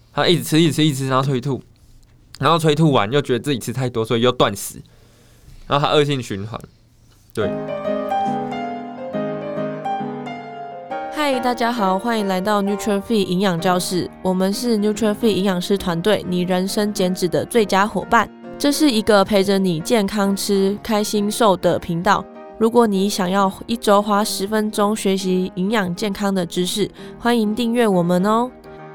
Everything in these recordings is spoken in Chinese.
他一直吃，一直吃，一直吃，然后催吐，然后催吐完又觉得自己吃太多，所以又断食，然后他恶性循环。对。 嗨，大家好，欢迎来到 NutriFit 营养教室。我们是 NutriFit 营养师团队，你人生减脂的最佳伙伴。这是一个陪着你健康吃、开心瘦的频道。如果你想要一周花10分钟学习营养健康的知识，欢迎订阅我们哦。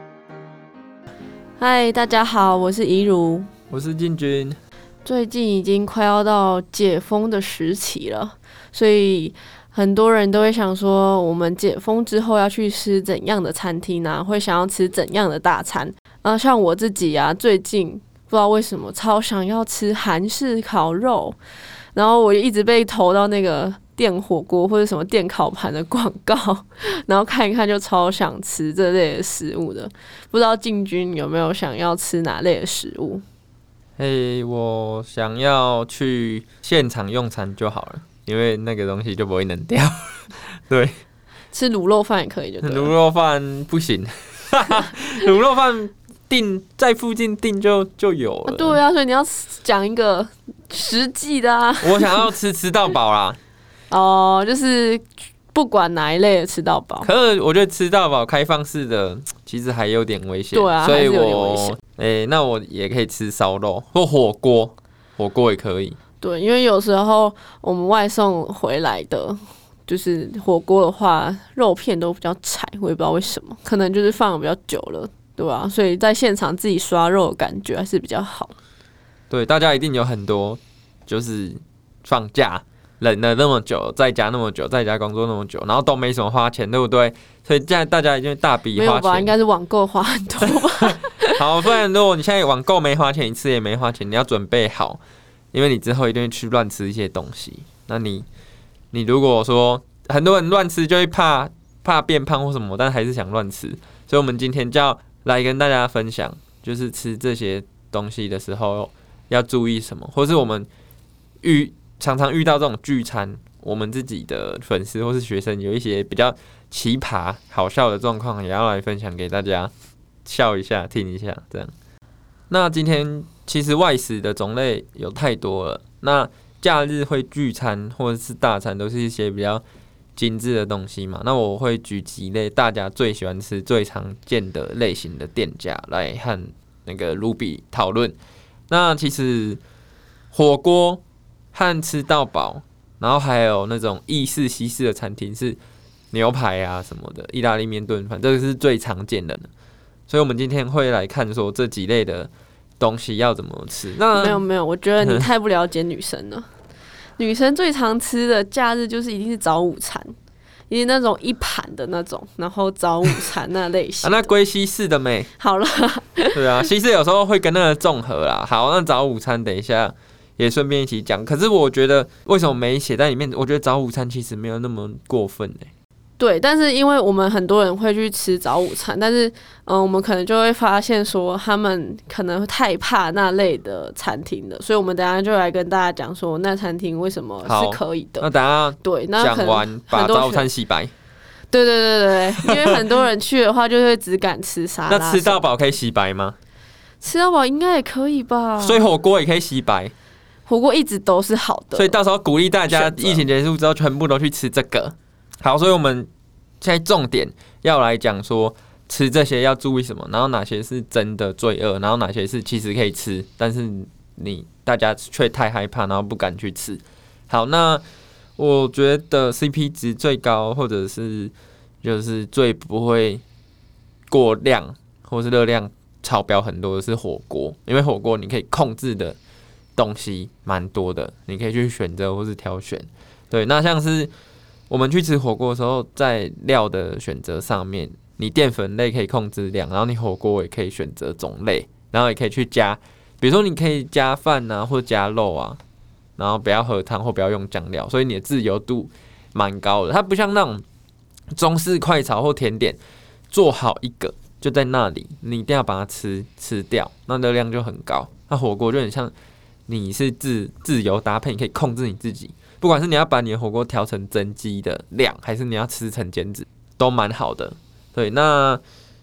嗨，大家好，我是怡如， 我是进军。 最近已经快要到解封的时期了，所以很多人都会想说，我们解封之后要去吃怎样的餐厅啊？会想要吃怎样的大餐？像我自己啊，最近不知道为什么超想要吃韩式烤肉，然后我就一直被投到那个电火锅或者什么电烤盘的广告，然后看一看就超想吃这类的食物的。不知道进军有没有想要吃哪类的食物？ 我想要去现场用餐就好了，因为那个东西就不会冷掉。对， 吃卤肉饭也可以就对了， 卤肉饭不行，卤肉饭在附近订就有了。 对啊，所以你要讲一个实际的啊。 我想要吃到饱啦。 哦，就是不管哪一类的吃到饱。 可是我觉得吃到饱开放式的其实还有点危险， 对啊， 所以还是有点危险。 那我也可以吃烧肉或火锅，火锅也可以。 对，因为有时候我们外送回来的，就是火锅的话，肉片都比较柴，我也不知道为什么，可能就是放得比较久了，对吧？所以在现场自己刷肉的感觉还是比较好。对， 大家一定有很多就是放假忍了那么久，在家那么久，在家工作那么久，然后都没什么花钱，对不对？所以现在大家一定大笔花钱。 没有吧？应该是网购花很多吧。 好，不然如果你现在网购没花钱，一次也没花钱，你要准备好，因为你之后一定会去乱吃一些东西。那你如果说很多人乱吃就会怕变胖或什么，但还是想乱吃，所以我们今天就要来跟大家分享，就是吃这些东西的时候要注意什么，或是我们常常遇到这种聚餐，我们自己的粉丝或是学生有一些比较奇葩好笑的状况，也要来分享给大家笑一下听一下这样。那今天其实外食的种类有太多了，那假日会聚餐或者是大餐都是一些比较精致的东西嘛，那我会举几类大家最喜欢吃最常见的类型的店家来和那个 Ruby 讨论。那其实火锅和吃到饱，然后还有那种意式西式的餐厅是牛排啊什么的，意大利面炖饭，这个是最常见的。所以我们今天会来看说这几类的东西要怎么吃。那没有，我觉得你太不了解女生了。女生最常吃的假日就是一定是早午餐，一定那种一盘的那种，然后早午餐那类型那归西式的没？ 好了， 对啊，西式有时候会跟那个综合啦。好，那早午餐等一下也顺便一起讲。可是我觉得为什么没写在里面？我觉得早午餐其实没有那么过分对，但是因为我们很多人会去吃早午餐，但是我们可能就会发现说他们可能太怕那类的餐厅了，所以我们等一下就来跟大家讲说那餐厅为什么是可以的。 那等一下对，那讲完把早午餐洗白。 对，因为很多人去的话就会只敢吃沙拉。 那吃到饱可以洗白吗？ 吃到饱应该也可以吧。 所以火锅也可以洗白。 火锅一直都是好的， 所以到时候鼓励大家疫情结束之后全部都去吃这个。好，所以我们现在重点要来讲说吃这些要注意什么，然后哪些是真的罪恶，然后哪些是其实可以吃，但是大家却太害怕，然后不敢去吃。好，那我觉得 CP 值最高，或者是就是最不会过量，或是热量超标很多的是火锅，因为火锅你可以控制的东西蛮多的，你可以去选择或是挑选。对，那像是我们去吃火锅的时候，在料的选择上面，你淀粉类可以控制量，然后你火锅也可以选择种类，然后也可以去加，比如说你可以加饭啊，或加肉啊，然后不要喝汤或不要用酱料，所以你的自由度蛮高的。它不像那种中式快炒或甜点，做好一个就在那里，你一定要把它吃掉，那热量就很高。那火锅就很像你是自由搭配，你可以控制你自己。不管是你要把你的火锅调成增肌的量，还是你要吃成减脂，都蛮好的。对，那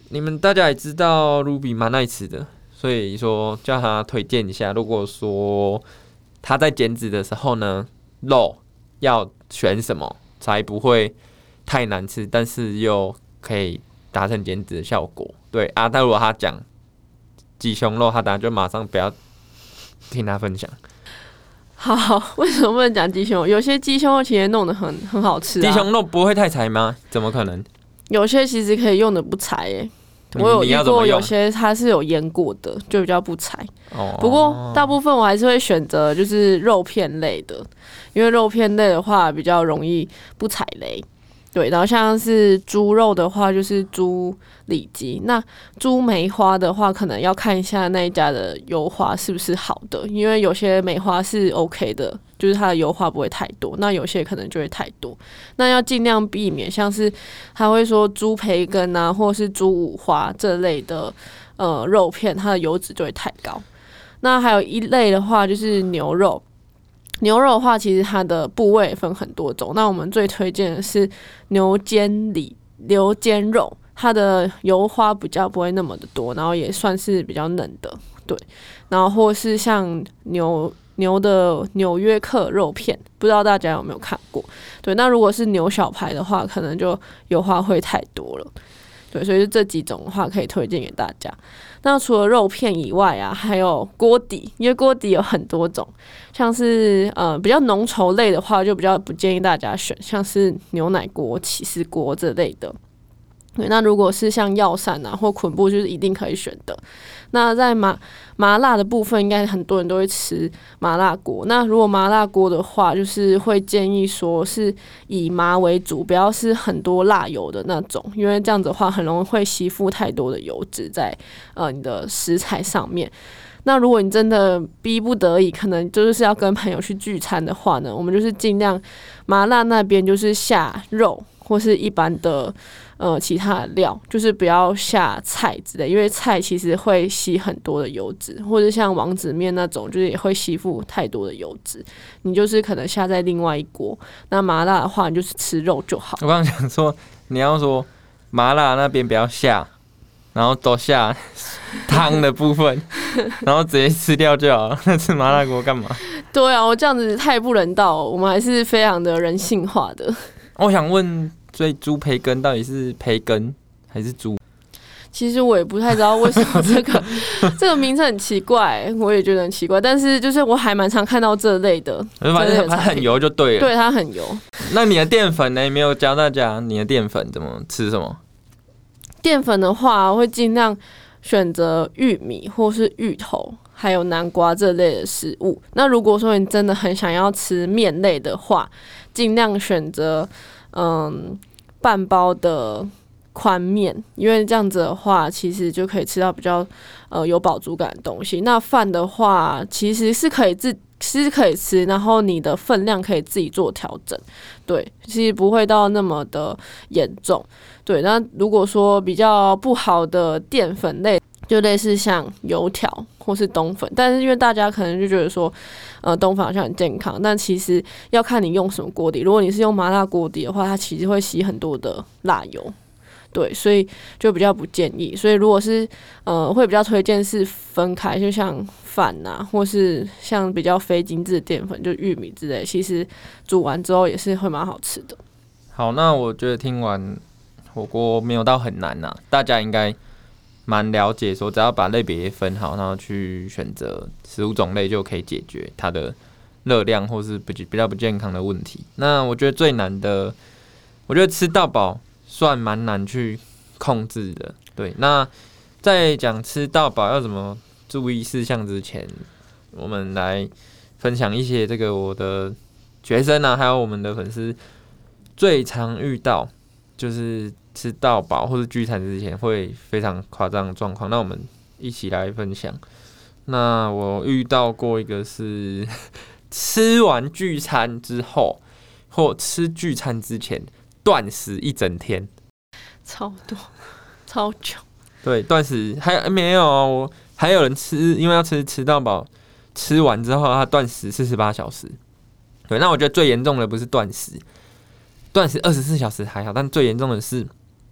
你们大家也知道 Ruby 蛮爱吃的，所以说叫他推荐一下。如果说他在减脂的时候呢，肉要选什么才不会太难吃，但是又可以达成减脂的效果？对啊，但如果他讲鸡胸肉，他当然就马上不要听他分享。 好，为什么不能讲鸡胸肉？有些鸡胸肉其实弄得很好吃啊。 鸡胸肉不会太柴吗？怎么可能？ 有些其实可以用的不柴耶。我有遇过有些它是有腌过的，就比较不柴。不过大部分我还是会选择就是肉片类的，因为肉片类的话比较容易不踩雷。对，然后像是猪肉的话，就是猪里脊。那猪梅花的话，可能要看一下那一家的油花是不是好的，因为有些梅花是 OK 的，就是它的油花不会太多，那有些可能就会太多。那要尽量避免，像是他会说猪培根啊，或是猪五花这类的肉片，它的油脂就会太高。那还有一类的话，就是牛肉。牛肉的话，其实它的部位分很多种。那我们最推荐的是牛肩肉，它的油花比较不会那么的多，然后也算是比较嫩的，对。然后或是像牛的纽约客肉片，不知道大家有没有看过？对，那如果是牛小排的话，可能就油花会太多了。对，所以这几种的话可以推荐给大家。那除了肉片以外啊，还有锅底，因为锅底有很多种，像是比较浓稠类的话，就比较不建议大家选，像是牛奶锅、起司锅这类的。对，那如果是像药膳啊或捆布，就是一定可以选的。那在麻辣的部分，应该很多人都会吃麻辣锅。那如果麻辣锅的话，就是会建议说是以麻为主，不要是很多辣油的那种，因为这样子的话很容易会吸附太多的油脂在你的食材上面。那如果你真的逼不得已，可能就是要跟朋友去聚餐的话呢，我们就是尽量麻辣那边就是下肉或是一般的其他的料，就是不要下菜之类，因为菜其实会吸很多的油脂，或者像王子面那种，就是也会吸附太多的油脂。你就是可能下在另外一锅。那麻辣的话，你就是吃肉就好。 我刚刚想说，你要说麻辣那边不要下，然后都下汤的部分，然后直接吃掉就好了。那吃麻辣锅干嘛？ 对啊，我这样子太不人道了，我们还是非常的人性化的。 我想问，所以猪培根到底是培根还是猪？ 其实我也不太知道为什么这个名称很奇怪，我也觉得很奇怪。但是就是我还蛮常看到这类的， 反正它很油就对了。 对，它很油。 那你的淀粉呢？没有教大家你的淀粉怎么吃什么？ 淀粉的话，会尽量选择玉米或是芋头，还有南瓜这类的食物。那如果说你真的很想要吃面类的话，尽量选择半包的宽面，因为这样子的话，其实就可以吃到比较有饱足感的东西。那饭的话，其实是可以吃，然后你的分量可以自己做调整，对，其实不会到那么的严重。对，那如果说比较不好的淀粉类，就类似像油条或是冬粉，但是因为大家可能就觉得说，冬粉好像很健康，但其实要看你用什么锅底。如果你是用麻辣锅底的话，它其实会吸很多的辣油，对，所以就比较不建议。所以如果是会比较推荐是分开，就像饭啊，或是像比较非精致淀粉，就玉米之类，其实煮完之后也是会蛮好吃的。 好，那我觉得听完火锅没有到很难呐，大家应该蛮了解说，只要把类别分好，然后去选择食物种类，就可以解决它的热量或是比较不健康的问题。那我觉得最难的，我觉得吃到饱算蛮难去控制的。对，那在讲吃到饱要怎么注意事项之前，我们来分享一些这个我的学生啊，还有我们的粉丝最常遇到就是吃到饱或是聚餐之前会非常夸张的状况。那我们一起来分享。那我遇到过一个是吃完聚餐之后或吃聚餐之前断食一整天， 超多超久。 对，断食还没有哦，还有人吃，因为要吃到饱，吃完之后他断食48小时。对，那我觉得最严重的不是断食，断食24小时还好，但最严重的是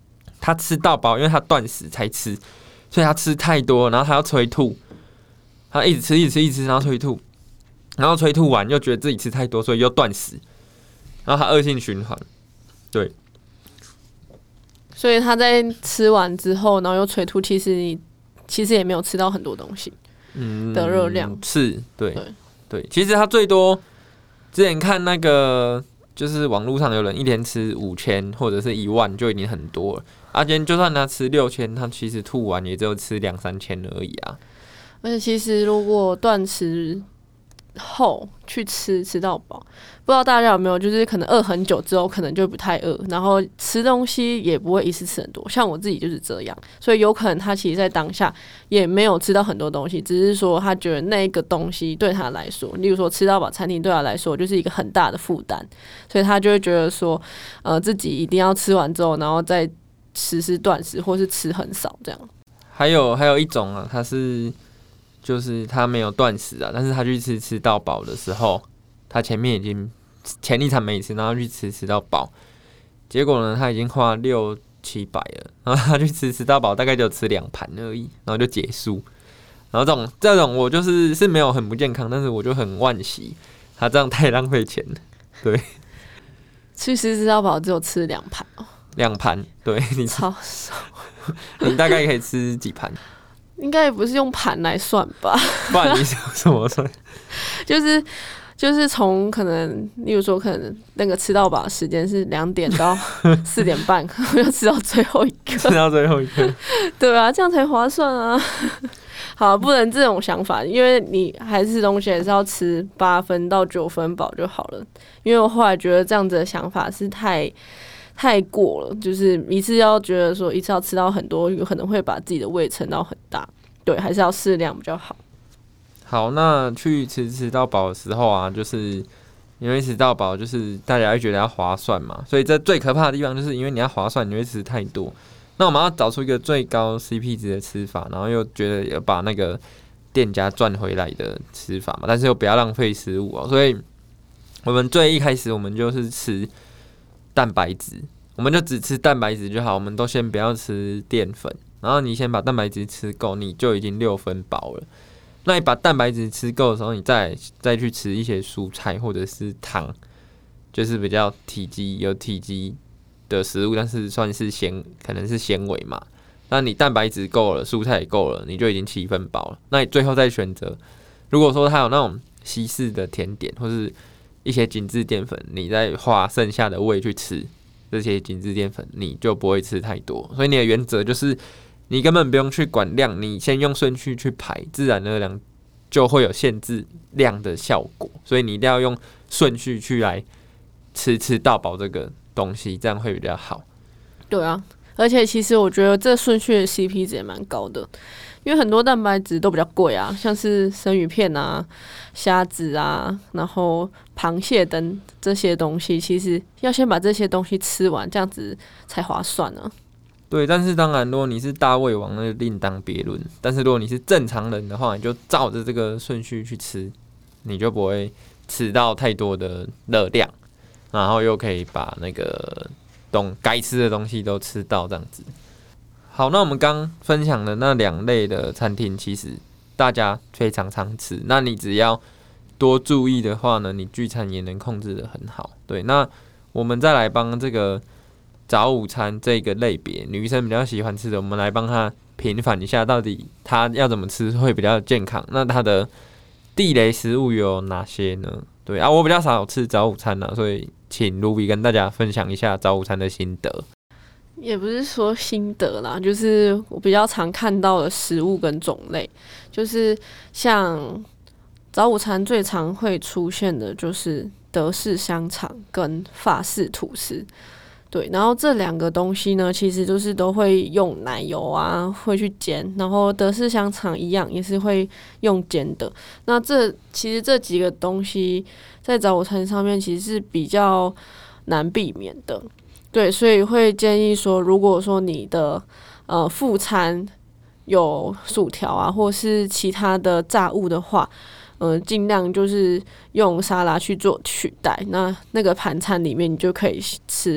他吃到饱，因为他断食才吃，所以他吃太多，然后他要催吐，他一直吃一直吃一直吃，然后催吐，然后催吐完又觉得自己吃太多，所以又断食，然后他恶性循环，对。 所以他在吃完之后，然后又催吐，其实也没有吃到很多东西的热量， 是，对，其实他最多之前看那个，就是网络上有人一天吃5000或者是10000就已经很多了。今天就算他吃6000，他其实吐完也只有吃2-3千而已啊。 而且其实如果断食后去吃到饱，不知道大家有没有，就是可能饿很久之后，可能就不太饿，然后吃东西也不会一次吃很多。像我自己就是这样，所以有可能他其实在当下也没有吃到很多东西，只是说他觉得那个东西对他来说，例如说吃到饱餐厅对他来说就是一个很大的负担，所以他就会觉得说，自己一定要吃完之后，然后再实施断食，或是吃很少这样。 还有一种啊，就是他没有断食啊，但是他去吃到饱的时候，他前面已经前一餐没吃，然后去吃到饱，结果呢他已经花600-700了，然后他去吃到饱，大概就吃2盘而已，然后就结束。然后这种我就是没有很不健康，但是我就很惋惜，他这样太浪费钱了。对， 去吃到饱只有吃2盘哦 ，2盘，对，你超少， 你大概可以吃几盘？ 应该也不是用盘来算吧？ 不然你用什么算？ 就是从可能，例如说，可能那个吃到饱的时间是2点到4点半，可能要吃到最后一个， 吃到最后一个， 对啊，这样才划算啊。好，不能这种想法，因为你还是东西还是要吃8分到9分饱就好了。因为我后来觉得这样子的想法是太过了，就是一次要觉得说一次要吃到很多，有可能会把自己的胃撑到很大。对，还是要适量比较好。 好，那去吃到饱的时候啊，就是因为吃到饱，就是大家会觉得要划算嘛，所以这最可怕的地方就是因为你要划算，你会吃太多。那我们要找出一个最高 CP 值的吃法，然后又觉得要把那个店家赚回来的吃法嘛，但是又不要浪费食物哦。所以我们最一开始我们就是吃蛋白质，我们就只吃蛋白质就好，我们都先不要吃淀粉。然后你先把蛋白质吃够，你就已经6分饱了。那你把蛋白质吃够的时候，你再去吃一些蔬菜或者是汤，就是比较有体积的食物，但是算是可能是纤维嘛。那你蛋白质够了，蔬菜也够了，你就已经7分饱了。那你最后再选择，如果说它有那种西式的甜点或是一些精致淀粉，你再花剩下的胃去吃这些精致淀粉，你就不会吃太多。所以你的原则就是，你根本不用去管量，你先用顺序去排，自然而然就会有限制量的效果。所以你一定要用顺序去来吃到饱这个东西，这样会比较好。 对啊，而且其实我觉得这顺序的 CP 值也蛮高的，因为很多蛋白质都比较贵啊，像是生鱼片啊、虾子啊，然后螃蟹等这些东西，其实要先把这些东西吃完，这样子才划算呢。 对，但是当然，如果你是大胃王，那就另当别论。但是如果你是正常人的话，你就照着这个顺序去吃，你就不会吃到太多的热量，然后又可以把那个该吃的东西都吃到，这样子。好，那我们刚分享的那2类的餐厅，其实大家非常常吃。那你只要多注意的话呢，你聚餐也能控制得很好。对，那我们再来帮这个早午餐这个类别，女生比较喜欢吃的，我们来帮她平反一下，到底她要怎么吃会比较健康？那她的地雷食物有哪些呢？对啊，我比较少吃早午餐所以请 Ruby 跟大家分享一下早午餐的心得。 也不是说心得啦，就是我比较常看到的食物跟种类，就是像早午餐最常会出现的就是德式香肠跟法式吐司。对，然后这2个东西呢，其实就是都会用奶油啊，会去煎，然后德式香肠一样也是会用煎的。那其实这几个东西在早午餐上面其实是比较难避免的。对，所以会建议说，如果说你的副餐有薯条啊，或是其他的炸物的话，尽量就是用沙拉去做取代。那个盘餐里面，你就可以吃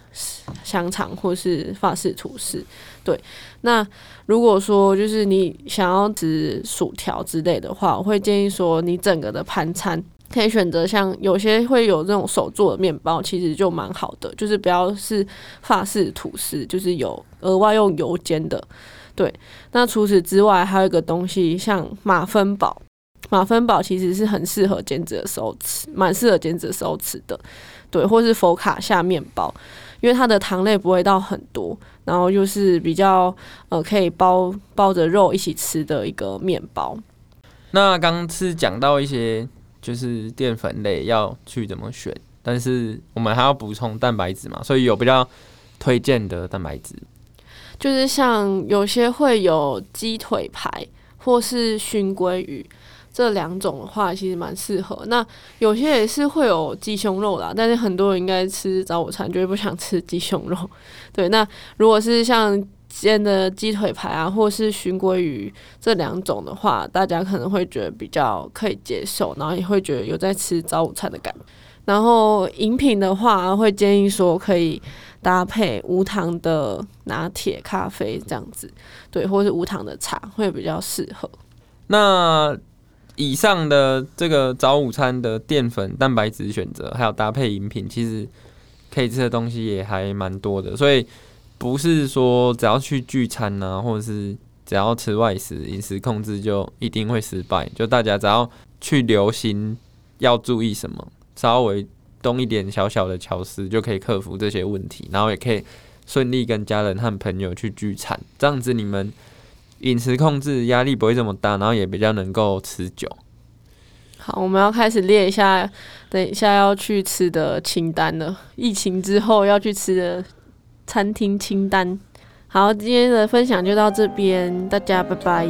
香肠或是法式吐司。对，那如果说就是你想要吃薯条之类的话，我会建议说你整个的盘餐可以选择像有些会有这种手做的面包，其实就蛮好的，就是不要是法式吐司，就是有额外用油煎的。对，那除此之外还有一个东西像马芬堡，马芬堡其实是很适合减脂的时候吃，蛮适合减脂的时候吃的。对，或是佛卡夏面包，因为它的糖类不会到很多，然后又是比较可以包着肉一起吃的一个面包。 那刚是讲到一些就是淀粉类要去怎么选，但是我们还要补充蛋白质嘛，所以有比较推荐的蛋白质， 就是像有些会有鸡腿排或是熏鲑鱼。这两种的话其实蛮适合，那有些也是会有鸡胸肉啦，但是很多人应该吃早午餐就会不想吃鸡胸肉。对，那如果是像煎的鸡腿排啊，或是熏鲑鱼这两种的话，大家可能会觉得比较可以接受，然后也会觉得有在吃早午餐的感觉。然后饮品的话，会建议说可以搭配无糖的拿铁、咖啡这样子，对，或是无糖的茶会比较适合。 那以上的这个早午餐的淀粉、蛋白质选择，还有搭配饮品，其实可以吃的东西也还蛮多的，所以不是说只要去聚餐啊，或者是只要吃外食，饮食控制就一定会失败。就大家只要去留心要注意什么，稍微动一点小小的巧思，就可以克服这些问题，然后也可以顺利跟家人和朋友去聚餐，这样子你们饮食控制压力不会这么大，然后也比较能够持久。 好，我们要开始列一下，等一下要去吃的清单了。疫情之后要去吃的餐厅清单。好，今天的分享就到这边，大家拜拜。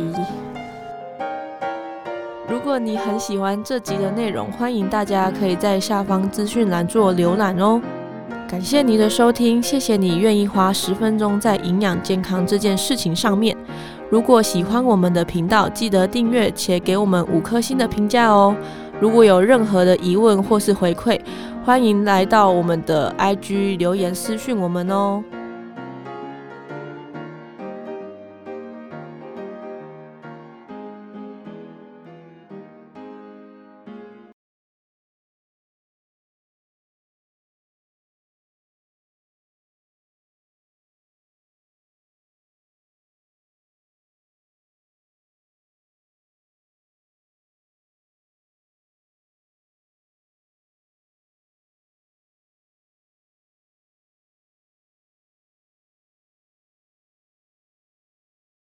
如果你很喜欢这集的内容，欢迎大家可以在下方资讯栏做浏览哦。感谢你的收听，谢谢你愿意花10分钟在营养健康这件事情上面。如果喜欢我们的频道，记得订阅且给我们5颗星的评价哦。如果有任何的疑问或是回馈，欢迎来到我们的 IG 留言私讯我们哦。